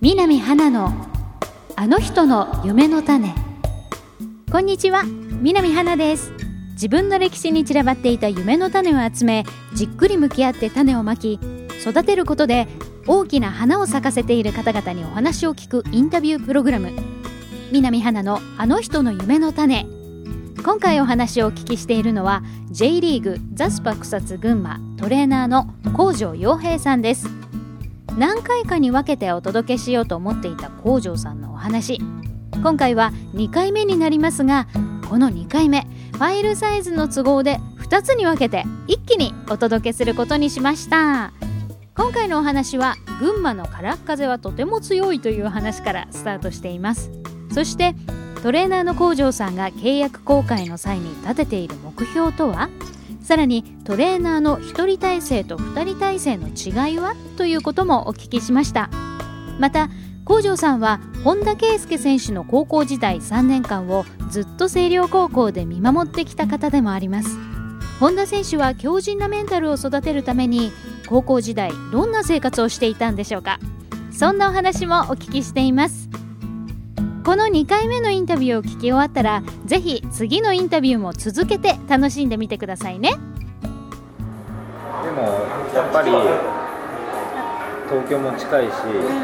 南花のあの人の夢の種。こんにちは、南花です。自分の歴史に散らばっていた夢の種を集め、じっくり向き合って種をまき、育てることで大きな花を咲かせている方々にお話を聞くインタビュープログラム、南花のあの人の夢の種。今回お話をお聞きしているのは J リーグザスパ草津群馬トレーナーの高城洋平さんです。何回かに分けてお届けしようと思っていた高城さんのお話、今回は2回目になりますが、この2回目ファイルサイズの都合で2つに分けて一気にお届けすることにしました。今回のお話は群馬のからっ風はとても強いという話からスタートしています。そしてトレーナーの高城さんが契約更改の際に立てている目標とは、さらにトレーナーの1人体制と2人体制の違いはということもお聞きしました。また高城さんは本田圭佑選手の高校時代3年間をずっと星稜高校で見守ってきた方でもあります。本田選手は強靭なメンタルを育てるために高校時代どんな生活をしていたんでしょうか。そんなお話もお聞きしています。この2回目のインタビューを聞き終わったら、ぜひ次のインタビューも続けて楽しんでみてくださいね。 でもやっぱり東京も近いし、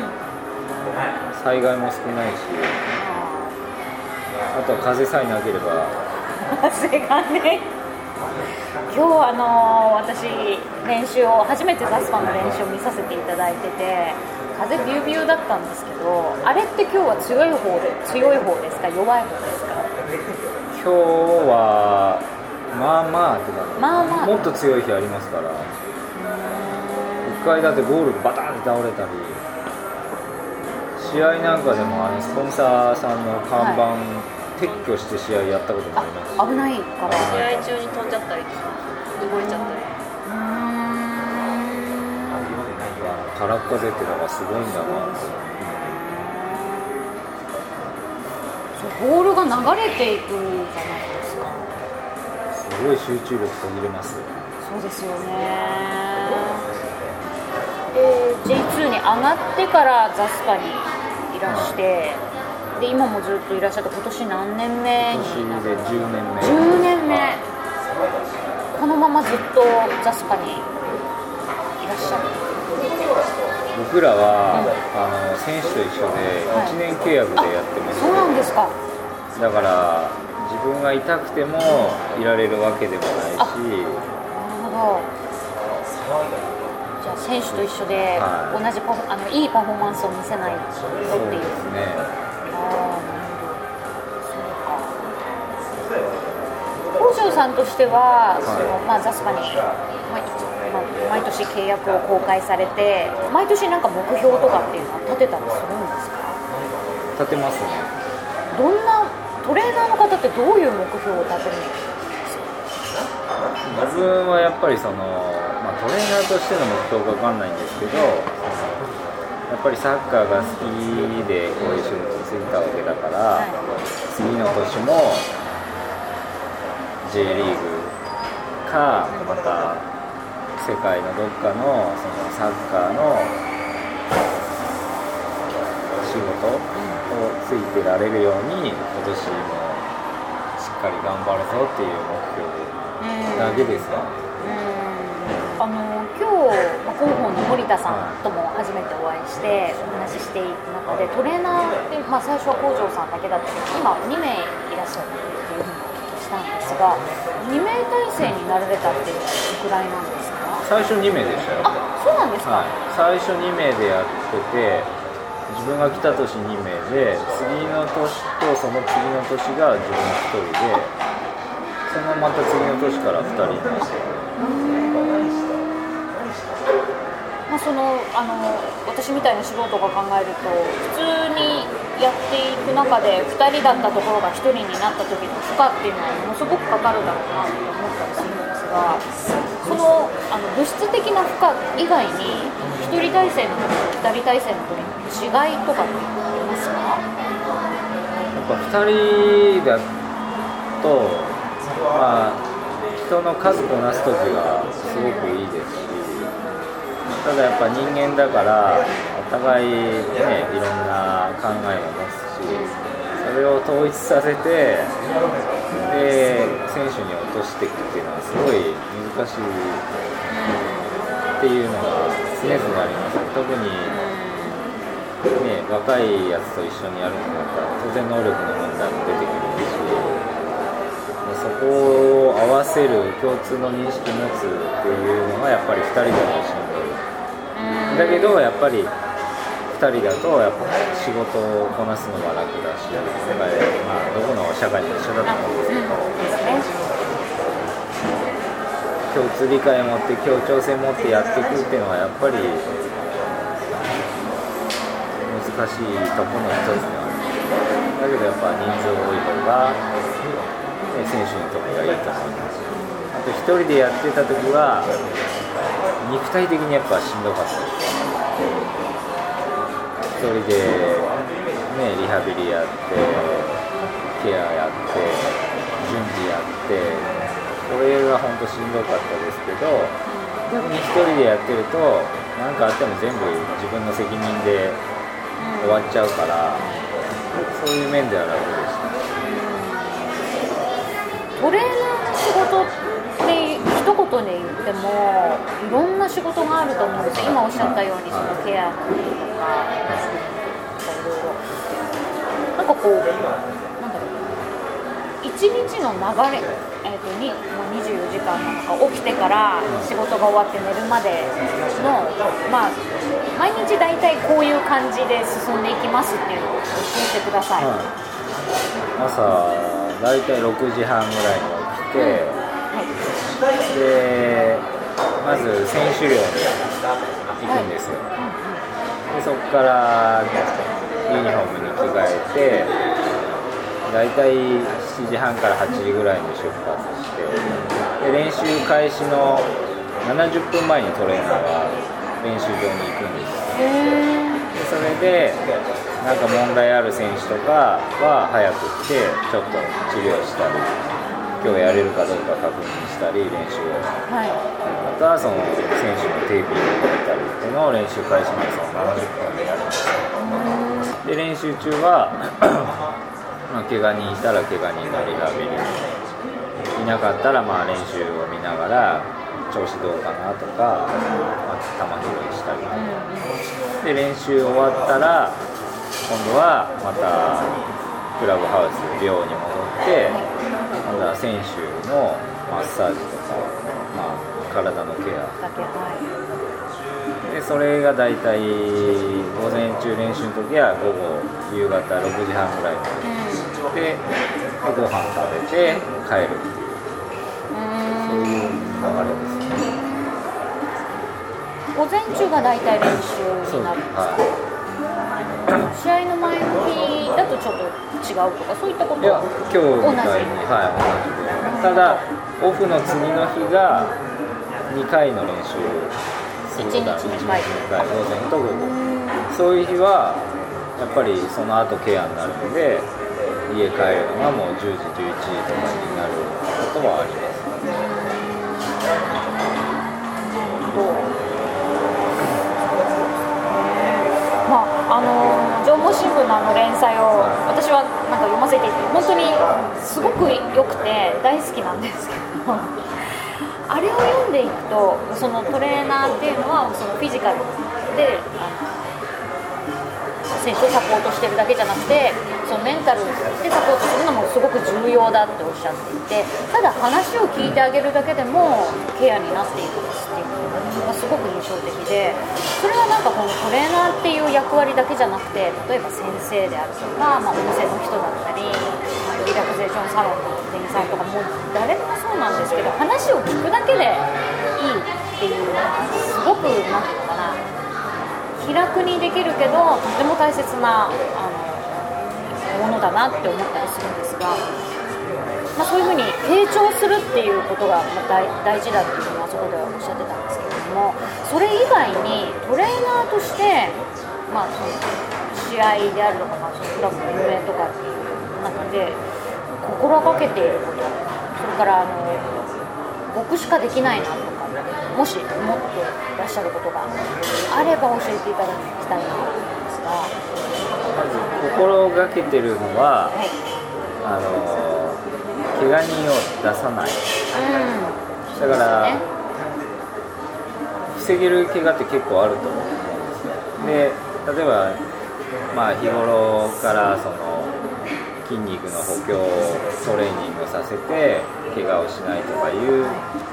災害も少ないし、あとは風さえなければ。 風がね、今日私練習を初めてザスパの練習を見させていただいてて、風ビュービューだったんですけど、あれって今日は強い方ですか、弱い方ですか。 今日はまあまあって感じ、もっと強い日ありますから。一回だってゴールバタンって倒れたり、試合なんかでもスポンサーさんの看板、撤去して試合やったこともあります。 危ないから。 試合中に飛んじゃったり動いちゃったり。 からっ風ってのがすごいんだな。 ボールが流れていくじゃないですか。 すごい集中力途切れます。 そうですよね。J2 に上がってからザスパにいらして、で今もずっといらっしゃって、今年何年目に？ 今年で10年目。 10年目。このままずっとザスパにいらっしゃる。 僕らは、選手と一緒で1年契約でやってます。 そうなんですか。 だから自分が痛くてもいられるわけでもないし。なるほど。じゃあ選手と一緒で同じいいパフォーマンスを見せないとっていう。 そうですね。 高城さんとしては、ザスパに、毎年契約を更改されて、毎年なんか目標とかっていうのは立てたりするんですか？ 立てますね。 どんなトレーナーの方ってどういう目標を立てるんですか？ 自分はやっぱりトレーナーとしての目標が分かんないんですけど、やっぱりサッカーが好きでこういう仕事に就いたわけだから、次の年も J リーグかまた世界のどっかのサッカーの仕事をついてられるように、今年もしっかり頑張るぞっていう目標だけですか。 今日、広報の森田さんとも初めてお会いしてお話ししていく中で、トレーナーで、最初は高城さんだけだったけど、今2名いらっしゃるっていうふうにお聞きしたんですが、2名体制になられたっていうのはどれくらいなんですか？ 最初2名でしたよ。 そうなんですか。 最初2名でやってて、自分が来た年2名で、次の年とその次の年が自分1人で、そのまた次の年から2人になって。 私みたいな素人が考えると、普通にやっていく中で2人だったところが1人になった時の負荷っていうのはものすごくかかるだろうなと思ったりするんですが、その物質的な負荷以外に1人体制の時と2人体制の時の違いとかってありますか？ やっぱ2人だと、人の数こなす時がすごくいいですし、ただやっぱ人間だから、やっ互いねいろんな考えも持つし、それを統一させてで選手に落としていくっていうのはすごい難しいっていうのが常々あります。特にね、若いやつと一緒にやるんだったら当然能力の問題も出てくるし、そこを合わせる共通の認識を持つっていうのがやっぱり2人だとしんどい。だけどやっぱり2人だとやっぱ仕事をこなすのが楽だし、世界、まあ、どこの社会も一緒だと思うんですけど、共通理解を持って協調性を持ってやっていくっていうのはやっぱり難しいところの一つではある。だけどやっぱ人数多い方が、ね、選手にとってはいいと思います。あと一人でやってた時は肉体的にやっぱしんどかったです。一人で、ね、リハビリやってケアやって準備やってこれが本当しんどかったですけど、逆に一人でやってると何かあっても全部自分の責任で終わっちゃうから、そういう面では楽でした。 トレーナーの仕事って一言で言ってもいろんな仕事があると思うんですよ。今おっしゃったようにそのケアのこととかいろいろなんかこうなんだろう一日の流れ、もう24時間なのか起きてから仕事が終わって寝るまでの、まあ、毎日大体こういう感じで進んでいきますっていうのを教えてください。 朝大体6時半ぐらいに起きて、でまず選手寮に行くんですよ。でそこからユニフォームに着替えてだいたい7時半から8時ぐらいに出発して、で練習開始の70分前にトレーナーが練習場に行くんです。でそれでなんか問題ある選手とかは早く来てちょっと治療したり今日やれるかどうか確認したり練習を、あとはその選手のテーピングを見たりっていうのを練習開始のその70分でやるんです。で練習中はまあ、怪我人いたら怪我人のリハビリ、いなかったらまあ練習を見ながら調子どうかなとか、まあ、球拾いしたり、で練習終わったら今度はまたクラブハウス寮に戻って今度は選手のマッサージとか、まあ、体のケアで、それがだいたい午前中練習の時は午後夕方6時半ぐらいまで、でご飯食べて帰るっていう、そういう流れですね。 午前中がだいたい練習になるんですか？試合の前の日だとちょっと違うとかそういったことは？ いや、今日みたいに、同じで、ただオフの次の日が2回の練習するから1日2回午前と午後、そういう日はやっぱりその後ケアになるので家帰るのがもう10時11時とかになることはあります。 縄文新聞の連載を私はなんか読ませていて本当にすごく良くて大好きなんですけどあれを読んでいくとそのトレーナーっていうのはそのフィジカルで選手をサポートしてるだけじゃなくてそのメンタルでサポートするのもすごく重要だっておっしゃっていて、ただ話を聞いてあげるだけでもケアになっていくんですっていうのがすごく印象的で、それはなんかこのトレーナーっていう役割だけじゃなくて例えば先生であるとか、お店の人だったり、リラクゼーションサロンの店員さんとかもう誰でもそうなんですけど話を聞くだけでいいっていうのがすごくなんていうのかな気楽にできるけどとても大切なものだなって思ったりするんですが、そういうふうに傾聴するっていうことが大事だっていうのはそこではおっしゃってたんですけれども、それ以外にトレーナーとして、その試合であるとか、そのクラブの運営とかっていう中で心がけていること、それから僕しかできないなとかもし思ってらっしゃることがあれば教えていただきたいんですが。 まず心がけてるのは、 はい、 怪我人を出さない、だから防げる怪我って結構あると思うんですよ。で、例えば、日頃からその筋肉の補強トレーニングをさせて怪我をしないとかいう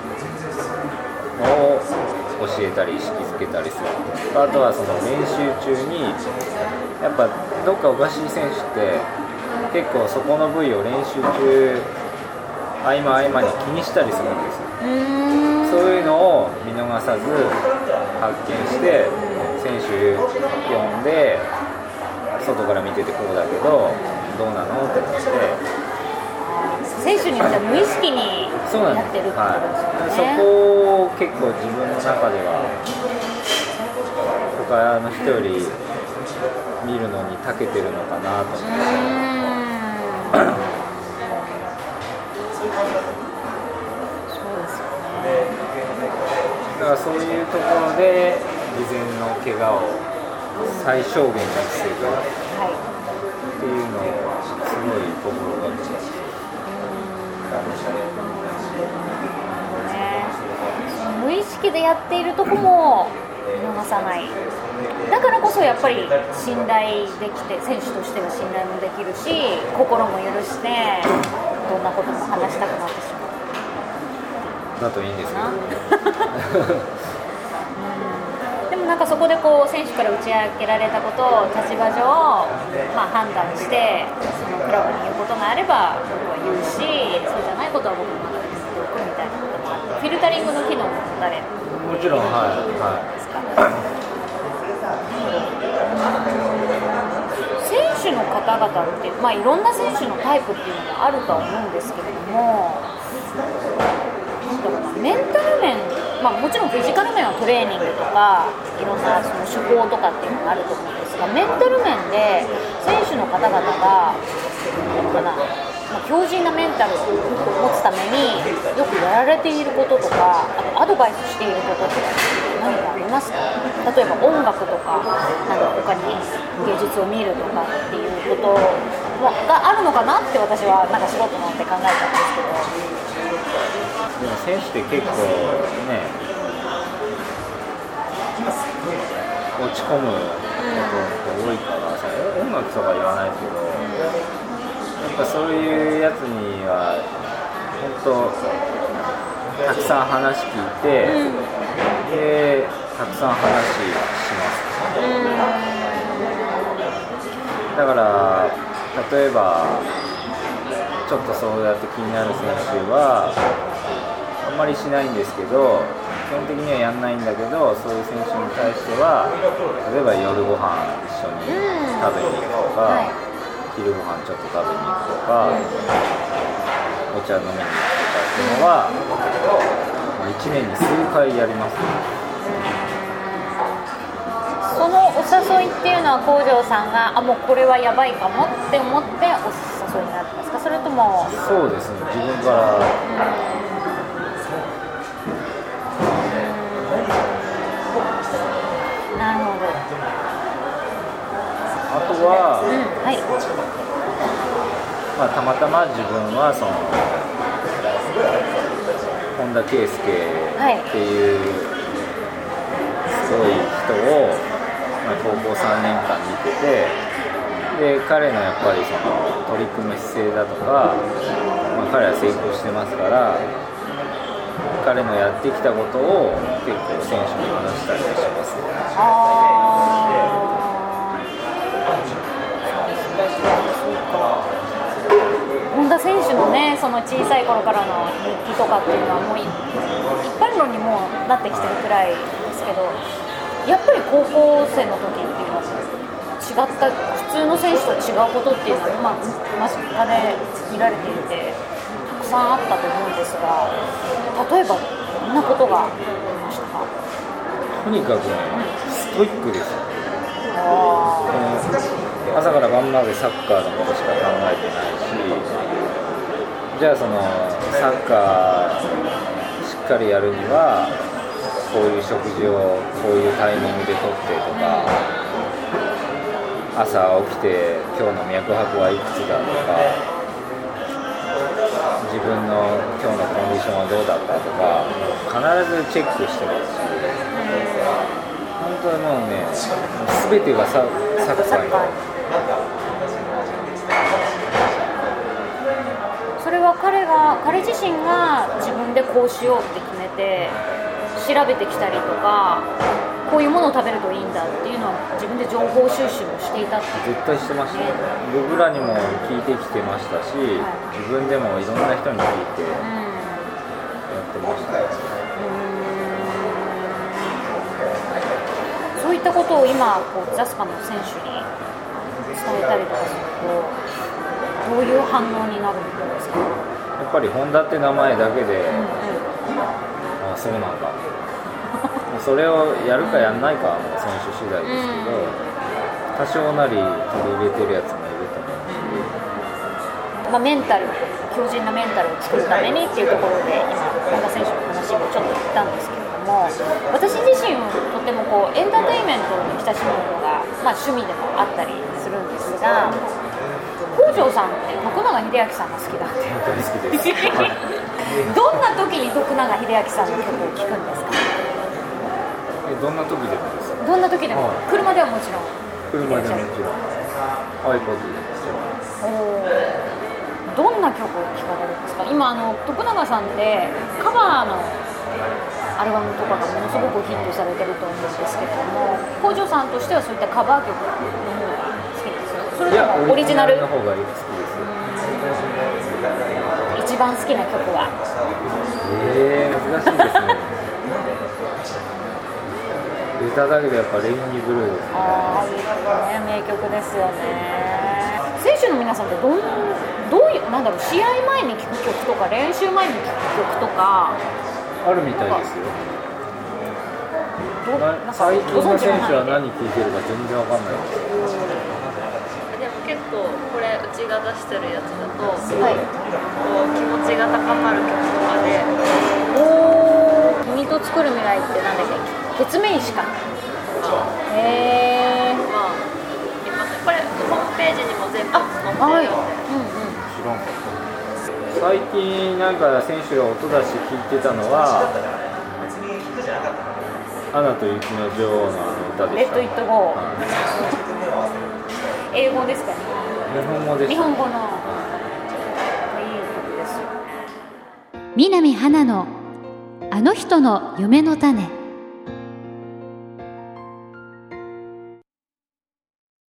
のを教えたり意識づけたりする。あとはその練習中にやっぱどっかおかしい選手って結構そこの部位を練習中合間合間に気にしたりするんですよ。そういうのを見逃さず発見して選手呼んで外から見ててこうだけどどうなのって言って選手によっては無意識にやってるってことですよね。 そこを結構自分の中では他の人より見るのに長けてるのかなと思ってだからそういうところで事前の怪我を最小限に防ぐっていうのをすごい心がけてます。 無意識でやっているとこも見逃さない。だからこそやっぱり信頼できて選手としては信頼もできるし心も許してどんなことも話したくなってしまうだといいんですけどでもなんかそこでこう選手から打ち明けられたことを立場上、判断してそのクラブに言うことがあれば僕は言うしそうじゃないことは僕の中でずっと置くみたいなこともあってフィルタリングの機能も持たれるもちろんですか、選手の方々って、いろんな選手のタイプっていうのがあるとは思うんですけれどもメンタル面、もちろんフィジカル面はトレーニングとかいろんなその手法とかっていうのがあると思うんですがメンタル面で選手の方々が強靭なメンタルを持つためによくやられていることとかあとアドバイスしていることとか何かありますか？例えば音楽とか他に芸術を見るとかっていうことがあるのかなって私はなんか素人なんて考えたんですけどでも選手って結構ね落ち込むことが多いから音楽とか言わないけどやっぱそういうやつには本当たくさん話聞いて、でたくさん話します、だから例えばちょっとそうやって気になる選手はあんまりしないんですけど基本的にはやんないんだけどそういう選手に対しては例えば夜ご飯一緒に食べに行くとか、昼ご飯ちょっと食べに行くとか、お茶飲みに行くとかっていうのは1年に数回やります、 そのお誘いっていうのは工場さんがもうこれはやばいかもって思ってお誘いになるんですか？それともそうですね自分からなるほど。 あとは、たまたま自分はその本田圭佑っていうすごい人を、高校3年間見ててで彼のやっぱりその取り組む姿勢だとか、彼は成功してますから彼のやってきたことを結構選手に話したりしますね。 本田選手のね、その小さい頃からの日記とかっていうのはもう一般論にもなってきてるくらいですけど、やっぱり高校生の時っていうのは違った普通の選手と違うことっていうのは間近で見られていてたくさんあったと思うんですが、例えばどんなことがありましたか？ とにかくね、ストイックですよ。朝から晩までサッカーのことしか考えてないし、じゃあそのサッカーしっかりやるにはこういう食事をこういうタイミングでとってとか、朝起きて今日の脈拍はいくつだとか、自分の今日のコンディションはどうだったとか必ずチェックしてますし、本当にもうね、全てがサッカーに。 それは彼自身が自分でこうしようって決めて調べてきたりとか、こういうものを食べるといいんだっていうのは自分で情報収集もしていたって絶対してました、ね、僕らにも聞いてきてましたし、自分でもいろんな人に聞いてやってました、 そういったことを今ザスパの選手に伝えたりとかするとどういう反応になるんですか？ やっぱりホンダって名前だけで、ああそうなんだそれをやるかやんないかはもう選手次第ですけど、多少なり取り入れてるやつもいると思うし、 メンタル、強靭なメンタルを作るためにっていうところで今本田選手の話もちょっと言ったんですけれども、私自身とてもエンターテインメントに親しむのが、趣味でもあったりするんですが、北条さんって徳永英明さんが好きだって。 本当に好きですどんな時に徳永英明さんの曲を聴くんですか？ どんな時でもですか？ どんな時でも、車ではもちろん。 車でもちろん iPod でしてます。 どんな曲を聴かれるんですか？今徳永さんってカバーのアルバムとかがものすごくヒットされてると思うんですけれども、北条さんとしてはそういったカバー曲の方が好きですよ。それともオリジナルの方が好きです。 一番好きな曲は？ 難しいですね歌だけでやっぱレインニーブルーですね。 名曲ですよね。選手の皆さんってどういう試合前に聴く曲とか練習前に聴く曲とかあるみたいですよ。最近の選手は何聴いてるか全然わかんないです。 でも結構これうちが出してるやつだと、気持ちが高まる曲とかで、 君と作る未来って何だっけ？決命詞か。 これホームページにも全部載ってるので、 最近なんか選手が音出して聴いてたのはアナと雪の女王の歌でした。 レッド・イット・ゴー。英語ですかね？ 日本語です。 日本語の、いい曲ですよね。 南花のあの人の夢の種。